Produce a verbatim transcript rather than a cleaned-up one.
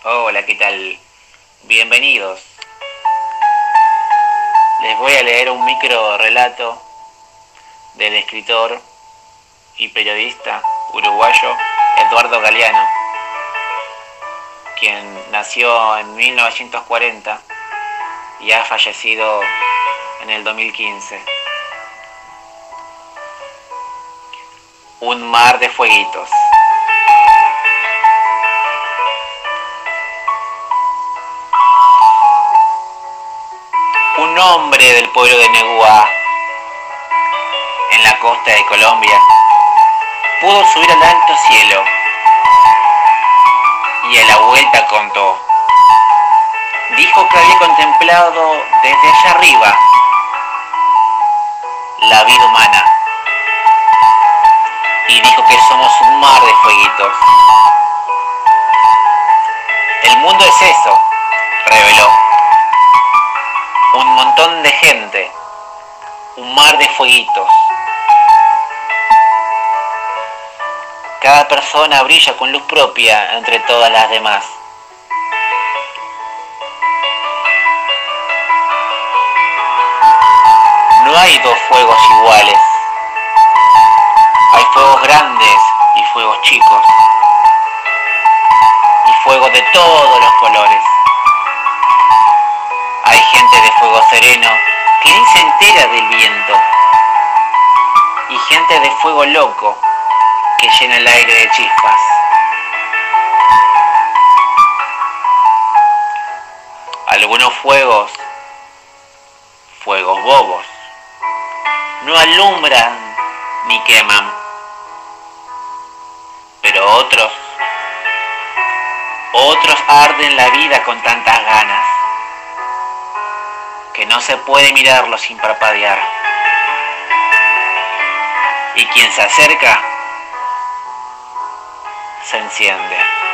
Hola, ¿qué tal? Bienvenidos. Les voy a leer un micro relato del escritor y periodista uruguayo Eduardo Galeano, quien nació en mil novecientos cuarenta y ha fallecido en el dos mil quince. Un mar de fueguitos. Un hombre del pueblo de Neguá, en la costa de Colombia, pudo subir al alto cielo y a la vuelta contó. Dijo que había contemplado desde allá arriba la vida humana y dijo que somos un mar de fueguitos. El mundo es eso, reveló. Un montón de gente, un mar de fueguitos. Cada persona brilla con luz propia entre todas las demás. No hay dos fuegos iguales. Hay fuegos grandes y fuegos chicos. Y fuegos de todos los colores. Hay gente de fuego sereno que ni se entera del viento. Y gente de fuego loco que llena el aire de chispas. Algunos fuegos, fuegos bobos, no alumbran ni queman. Pero otros, otros arden la vida con tantas ganas que no se puede mirarlo sin parpadear. Y quien se acerca, se enciende.